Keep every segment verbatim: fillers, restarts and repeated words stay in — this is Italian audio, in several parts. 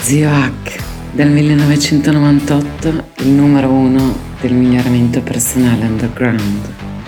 Zio Hack, del millenovecentonovantotto, il numero uno del miglioramento personale underground.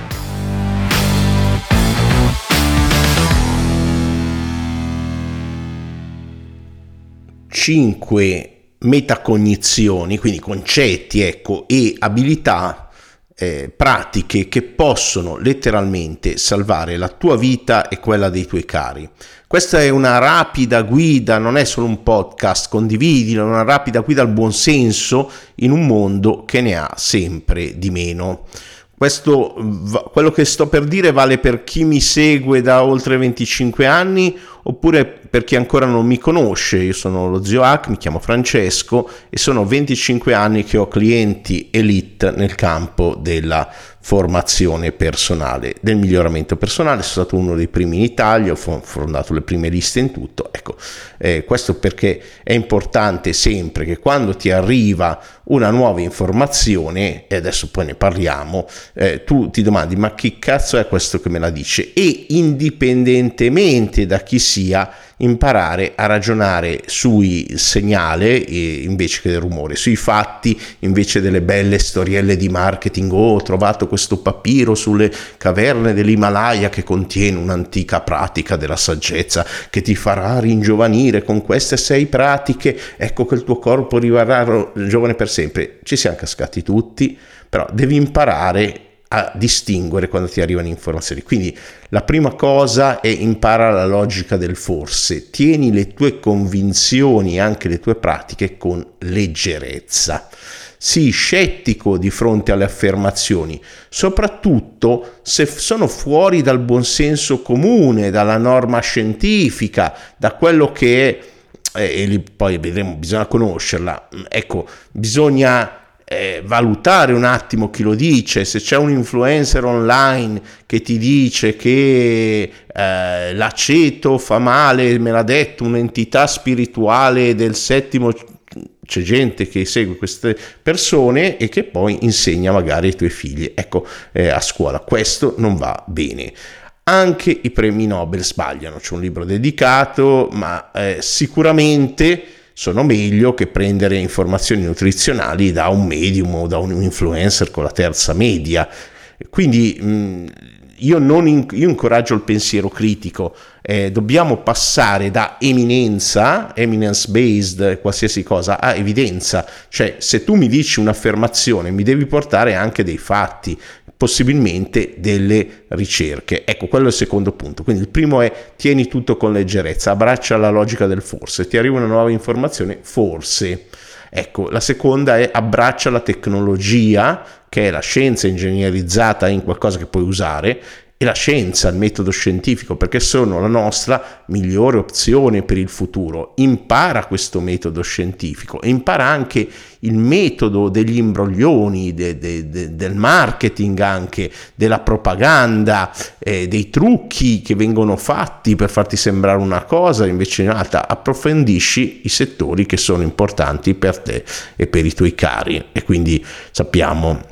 Cinque metacognizioni, quindi concetti, ecco, e abilità eh, pratiche che possono letteralmente salvare la tua vita e quella dei tuoi cari. Questa è una rapida guida, non è solo un podcast, condividilo, è una rapida guida al buonsenso in un mondo che ne ha sempre di meno. Questo, quello che sto per dire vale per chi mi segue da oltre venticinque anni oppure per chi ancora non mi conosce. Io sono lo Zio Hack, mi chiamo Francesco e sono venticinque anni che ho clienti elite nel campo della formazione personale, del miglioramento personale. Sono stato uno dei primi in Italia, ho fondato le prime liste in tutto. Ecco, eh, questo perché è importante sempre che quando ti arriva una nuova informazione, e adesso poi ne parliamo, eh, tu ti domandi: ma chi cazzo è questo che me la dice? E indipendentemente da chi sia, imparare a ragionare sui segnali invece che del rumore, sui fatti invece delle belle storielle di marketing. Oh, ho trovato questo papiro sulle caverne dell'Himalaya che contiene un'antica pratica della saggezza che ti farà ringiovanire con queste sei pratiche, ecco che il tuo corpo rimarrà giovane per sempre. Ci siamo cascati tutti, però devi imparare a distinguere quando ti arrivano informazioni. Quindi la prima cosa è: impara la logica del forse, tieni le tue convinzioni e anche le tue pratiche con leggerezza, sii scettico di fronte alle affermazioni, soprattutto se sono fuori dal buonsenso comune, dalla norma scientifica, da quello che è, e lì poi vedremo, bisogna conoscerla, ecco, bisogna Eh, valutare un attimo chi lo dice. Se c'è un influencer online che ti dice che eh, l'aceto fa male, me l'ha detto un'entità spirituale del settimo, c'è gente che segue queste persone e che poi insegna magari ai tuoi figli, ecco, eh, a scuola. Questo non va bene. Anche i premi Nobel sbagliano, c'è un libro dedicato, ma eh, sicuramente sono meglio che prendere informazioni nutrizionali da un medium o da un influencer con la terza media. Quindi mh, io, non in, io incoraggio il pensiero critico. Eh, dobbiamo passare da eminenza, eminence based, qualsiasi cosa, a evidenza. Cioè, se tu mi dici un'affermazione, mi devi portare anche dei fatti, possibilmente delle ricerche. Ecco, quello è il secondo punto. Quindi il primo è: tieni tutto con leggerezza, abbraccia la logica del forse. Ti arriva una nuova informazione, forse. Ecco, la seconda è: abbraccia la tecnologia, che è la scienza ingegnerizzata in qualcosa che puoi usare, e la scienza, il metodo scientifico, perché sono la nostra migliore opzione per il futuro. Impara questo metodo scientifico e impara anche il metodo degli imbroglioni, de, de, de, del marketing, anche della propaganda, eh, dei trucchi che vengono fatti per farti sembrare una cosa invece un'altra. Approfondisci i settori che sono importanti per te e per i tuoi cari. E quindi sappiamo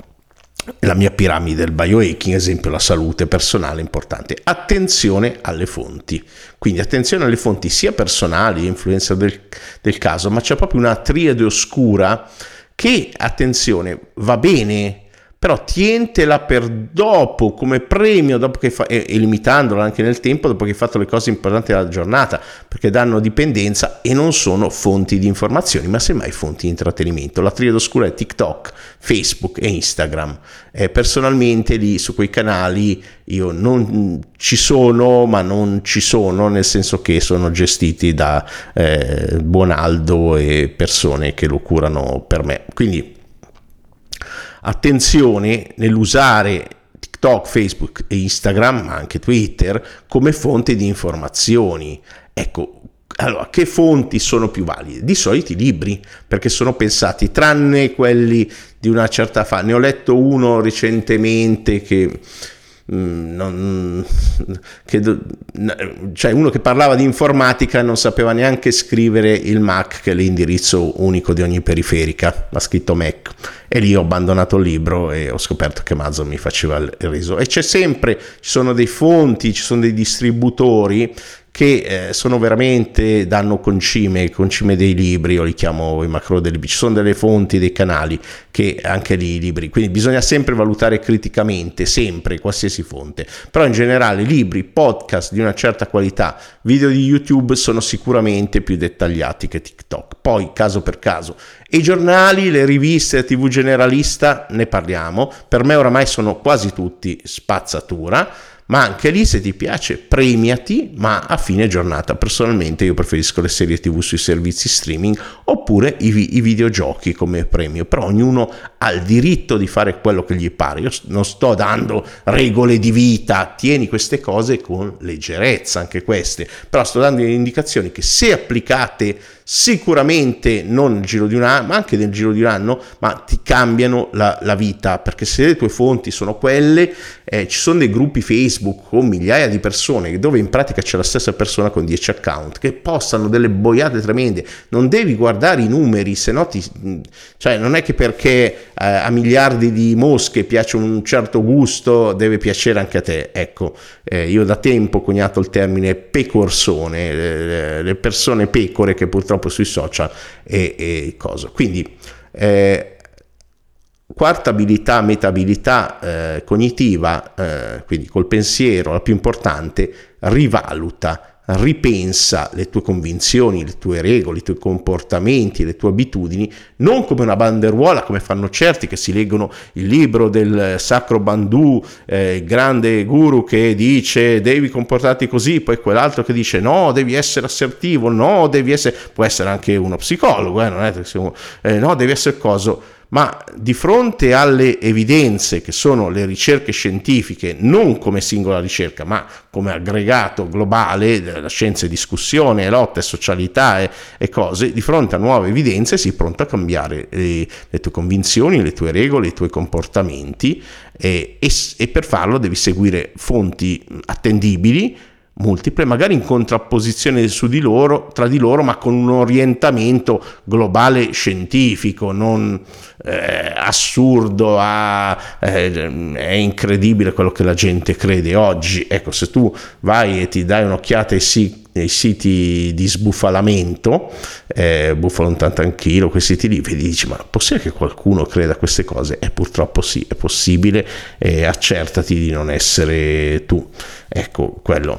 la mia piramide del biohacking, esempio, la salute personale importante. Attenzione alle fonti, quindi attenzione alle fonti sia personali, influencer del, del caso, ma c'è proprio una triade oscura che, attenzione, va bene, però tientela per dopo, come premio, dopo che fa, e, e limitandola anche nel tempo, dopo che hai fatto le cose importanti della giornata, perché danno dipendenza e non sono fonti di informazioni, ma semmai fonti di intrattenimento. La triade oscura è TikTok, Facebook e Instagram. Eh, personalmente lì su quei canali io non ci sono, ma non ci sono, nel senso che sono gestiti da eh, Buonaldo e persone che lo curano per me. Quindi attenzione nell'usare TikTok, Facebook e Instagram, ma anche Twitter, come fonte di informazioni. Ecco, allora, che fonti sono più valide? Di solito i libri, perché sono pensati, tranne quelli di una certa fa. Ne ho letto uno recentemente che Non, che, cioè uno che parlava di informatica e non sapeva neanche scrivere il M A C, che è l'indirizzo unico di ogni periferica, l'ha scritto Mac, e lì ho abbandonato il libro e ho scoperto che Amazon mi faceva il riso. E c'è sempre, ci sono dei fonti, ci sono dei distributori che eh, sono veramente, danno concime, concime dei libri, io li chiamo i macro dei libri, ci sono delle fonti, dei canali che anche lì i libri, quindi bisogna sempre valutare criticamente, sempre, qualsiasi fonte, però in generale libri, podcast di una certa qualità, video di YouTube sono sicuramente più dettagliati che TikTok, poi caso per caso. E i giornali, le riviste, la tivù generalista, ne parliamo, per me oramai sono quasi tutti spazzatura, ma anche lì se ti piace premiati, ma a fine giornata. Personalmente io preferisco le serie tivù sui servizi streaming oppure i, vi- i videogiochi come premio, però ognuno ha il diritto di fare quello che gli pare, io non sto dando regole di vita, tieni queste cose con leggerezza anche queste, però sto dando delle indicazioni che se applicate sicuramente non nel giro di un anno, ma anche nel giro di un anno, ma ti cambiano la, la vita, perché se le tue fonti sono quelle, eh, ci sono dei gruppi Facebook con migliaia di persone dove in pratica c'è la stessa persona con dieci account che postano delle boiate tremende, non devi guardare i numeri, se no ti, cioè non è che perché eh, a miliardi di mosche piace un certo gusto deve piacere anche a te, ecco, eh, io da tempo ho coniato il termine pecorsone, eh, le persone pecore che purtroppo sui social e, e cosa. Quindi eh, quarta abilità, metabilità eh, cognitiva, eh, quindi col pensiero, la più importante, rivaluta, ripensa le tue convinzioni, le tue regole, i tuoi comportamenti, le tue abitudini, non come una banderuola come fanno certi che si leggono il libro del Sacro Bandù, eh, grande guru che dice devi comportarti così, poi quell'altro che dice no, devi essere assertivo, no, devi essere, può essere anche uno psicologo, eh, non è che siamo, eh, no, devi essere coso. Ma di fronte alle evidenze che sono le ricerche scientifiche, non come singola ricerca, ma come aggregato globale, la scienza è discussione, lotta e socialità e, e cose, di fronte a nuove evidenze sei pronto a cambiare le, le tue convinzioni, le tue regole, i tuoi comportamenti e, e, e per farlo devi seguire fonti attendibili, multiple, magari in contrapposizione su di loro, tra di loro, ma con un orientamento globale scientifico, non eh, assurdo, a, eh, è incredibile quello che la gente crede oggi. Ecco, se tu vai e ti dai un'occhiata ai siti nei siti di sbuffalamento, eh, Buffalo ottanta anch'io, quei siti lì, vedi, dici, ma è possibile che qualcuno creda a queste cose? E purtroppo sì, è possibile, e accertati di non essere tu. Ecco, quello.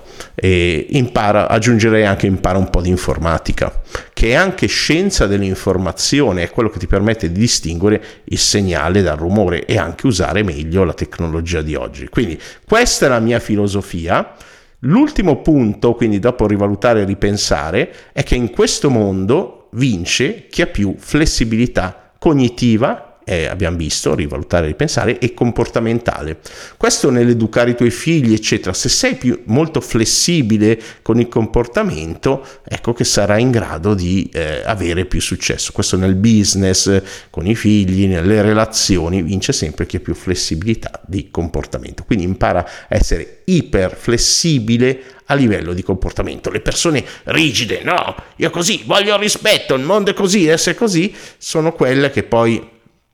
E impara, aggiungerei anche impara un po' di informatica, che è anche scienza dell'informazione, è quello che ti permette di distinguere il segnale dal rumore e anche usare meglio la tecnologia di oggi. Quindi questa è la mia filosofia. L'ultimo punto, quindi dopo rivalutare e ripensare, è che in questo mondo vince chi ha più flessibilità cognitiva, eh, abbiamo visto, rivalutare e ripensare, e comportamentale. Questo nell'educare i tuoi figli, eccetera. Se sei più, molto flessibile con il comportamento, ecco che sarai in grado di eh, avere più successo. Questo nel business, con i figli, nelle relazioni, vince sempre chi ha più flessibilità di comportamento. Quindi impara a essere iper flessibile a livello di comportamento. Le persone rigide, no, io così, voglio rispetto, il mondo è così, essere così, sono quelle che poi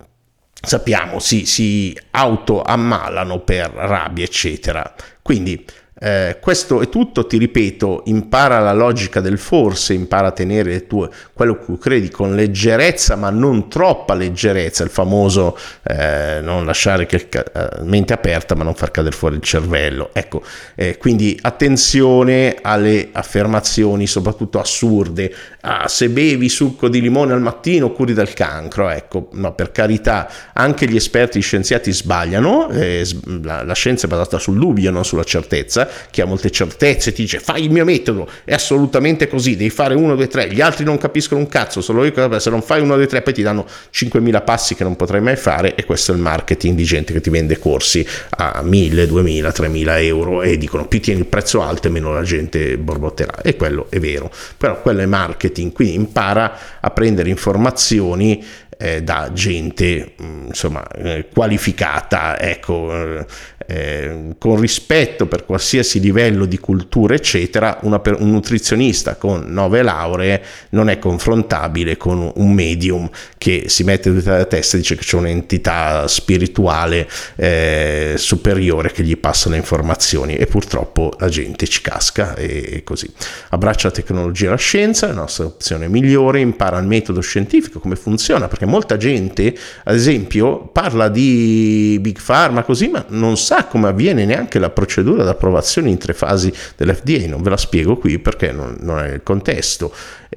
sappiamo si, si autoammalano per rabbia, eccetera. Quindi eh, questo è tutto, ti ripeto, impara la logica del forse, impara a tenere le tue, quello che credi con leggerezza, ma non troppa leggerezza, il famoso eh, non lasciare che eh, mente aperta ma non far cadere fuori il cervello. Ecco, eh, quindi attenzione alle affermazioni soprattutto assurde. Ah, se bevi succo di limone al mattino curi dal cancro. Ecco, no, per carità, anche gli esperti, gli scienziati sbagliano, eh, la, la scienza è basata sul dubbio, non sulla certezza. Chi ha molte certezze ti dice fai il mio metodo, è assolutamente così, devi fare uno, due, tre, gli altri non capiscono un cazzo, solo io, se non fai uno, due, tre, poi ti danno cinquemila passi che non potrai mai fare, e questo è il marketing di gente che ti vende corsi a mille, duemila, tremila euro e dicono più tieni il prezzo alto e meno la gente borbotterà, e quello è vero, però quello è marketing. Quindi impara a prendere informazioni eh, da gente insomma eh, qualificata, ecco, eh, con rispetto per qualsiasi qualsiasi livello di cultura eccetera, una, un nutrizionista con nove lauree non è confrontabile con un medium che si mette tutta la testa e dice che c'è un'entità spirituale eh, superiore che gli passa le informazioni, e purtroppo la gente ci casca e così. Abbraccia la tecnologia e la scienza, è la nostra opzione migliore, impara il metodo scientifico, come funziona, perché molta gente ad esempio parla di Big Pharma così, ma non sa come avviene neanche la procedura d'approvazione in tre fasi dell'F D A. Non ve la spiego qui perché non, non è il contesto.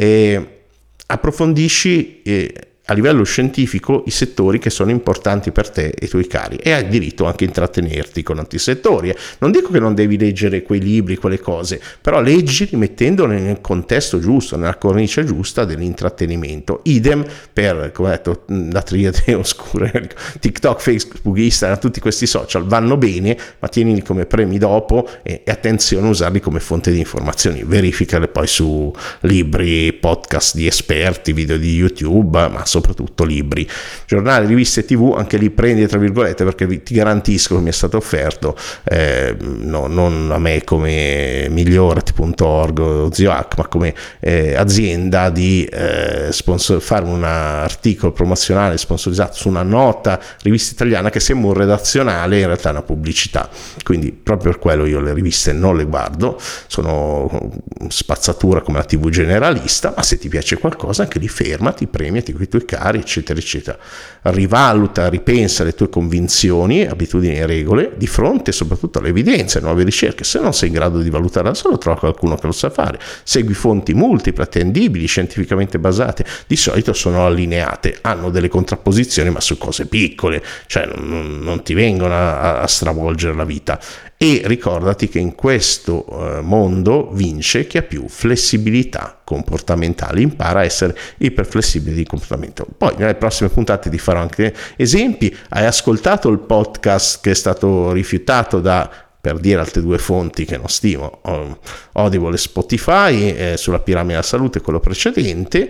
E approfondisci eh, a livello scientifico i settori che sono importanti per te e i tuoi cari, e hai diritto anche a intrattenerti con altri settori. Non dico che non devi leggere quei libri, quelle cose, però leggili mettendoli nel contesto giusto, nella cornice giusta dell'intrattenimento. Idem per, come ho detto, la triade oscura, TikTok, Facebook, Instagram, tutti questi social vanno bene, ma tienili come premi dopo e, e attenzione a usarli come fonte di informazioni. Verificale poi su libri, podcast di esperti, video di YouTube, ma soprattutto libri, giornali, riviste tivù, anche lì prendi tra virgolette, perché ti garantisco che mi è stato offerto eh, no, non a me come migliorati punto org o Zio Hack, ma come eh, azienda di eh, sponsor, fare un articolo promozionale sponsorizzato su una nota rivista italiana che sembra un redazionale, in realtà è una pubblicità. Quindi proprio per quello io le riviste non le guardo, sono spazzatura come la tivù generalista, ma se ti piace qualcosa anche lì fermati, premiati con i tuoi cari eccetera eccetera, rivaluta, ripensa le tue convinzioni, abitudini e regole di fronte soprattutto alle evidenze, alle nuove ricerche. Se non sei in grado di valutare da solo, trova qualcuno che lo sa fare, segui fonti multiple, attendibili, scientificamente basate, di solito sono allineate, hanno delle contrapposizioni ma su cose piccole, cioè non, non ti vengono a, a stravolgere la vita. E ricordati che in questo uh, mondo vince chi ha più flessibilità comportamentale, impara a essere iperflessibile di comportamento. Poi nelle prossime puntate ti farò anche esempi. Hai ascoltato il podcast che è stato rifiutato da, per dire altre due fonti che non stimo, Audible e Spotify, eh, sulla piramide della salute, quello precedente,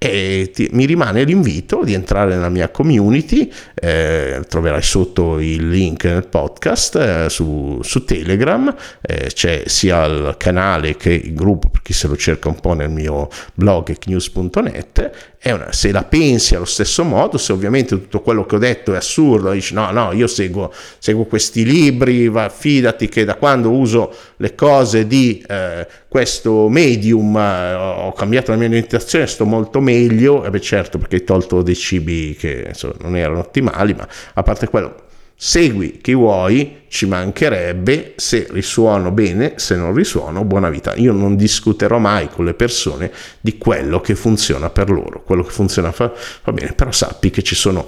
e ti, mi rimane l'invito di entrare nella mia community, eh, troverai sotto il link nel podcast, eh, su, su Telegram, eh, c'è sia il canale che il gruppo, per chi se lo cerca un po' nel mio blog hack news punto net. È una, se la pensi allo stesso modo, se ovviamente tutto quello che ho detto è assurdo, dici no no io seguo, seguo questi libri, va, fidati che da quando uso le cose di eh, questo medium eh, ho cambiato la mia alimentazione, sto molto meglio. E beh certo, perché hai tolto dei cibi che insomma, non erano ottimali, ma a parte quello segui chi vuoi, ci mancherebbe, se risuono bene, se non risuono buona vita. Io non discuterò mai con le persone di quello che funziona per loro, quello che funziona fa, va bene, però sappi che ci sono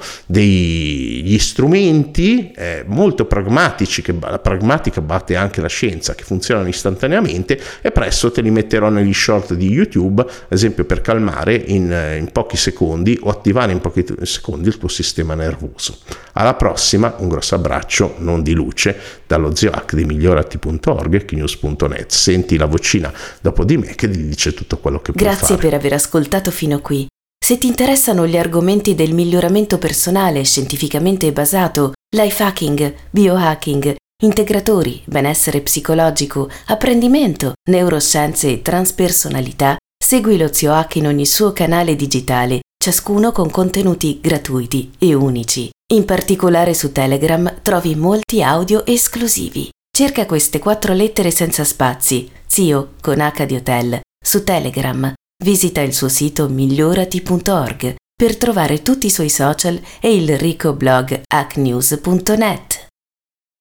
degli strumenti eh, molto pragmatici, che la pragmatica batte anche la scienza, che funzionano istantaneamente, e presto te li metterò negli short di YouTube, ad esempio per calmare in, in pochi secondi o attivare in pochi secondi il tuo sistema nervoso. Alla prossima, un grosso abbraccio non di luce dallo Zio Hack di migliorati punto org e hack news punto net. Senti la vocina dopo di me che ti dice tutto quello che puoi fare. Grazie per aver ascoltato fino qui. Se ti interessano gli argomenti del miglioramento personale scientificamente basato, life hacking, biohacking, integratori, benessere psicologico, apprendimento, neuroscienze e transpersonalità, segui lo Zio Hack in ogni suo canale digitale, ciascuno con contenuti gratuiti e unici. In particolare su Telegram trovi molti audio esclusivi. Cerca queste quattro lettere senza spazi, Zio con H di hotel, su Telegram. Visita il suo sito migliorati punto org per trovare tutti i suoi social e il ricco blog hack news punto net.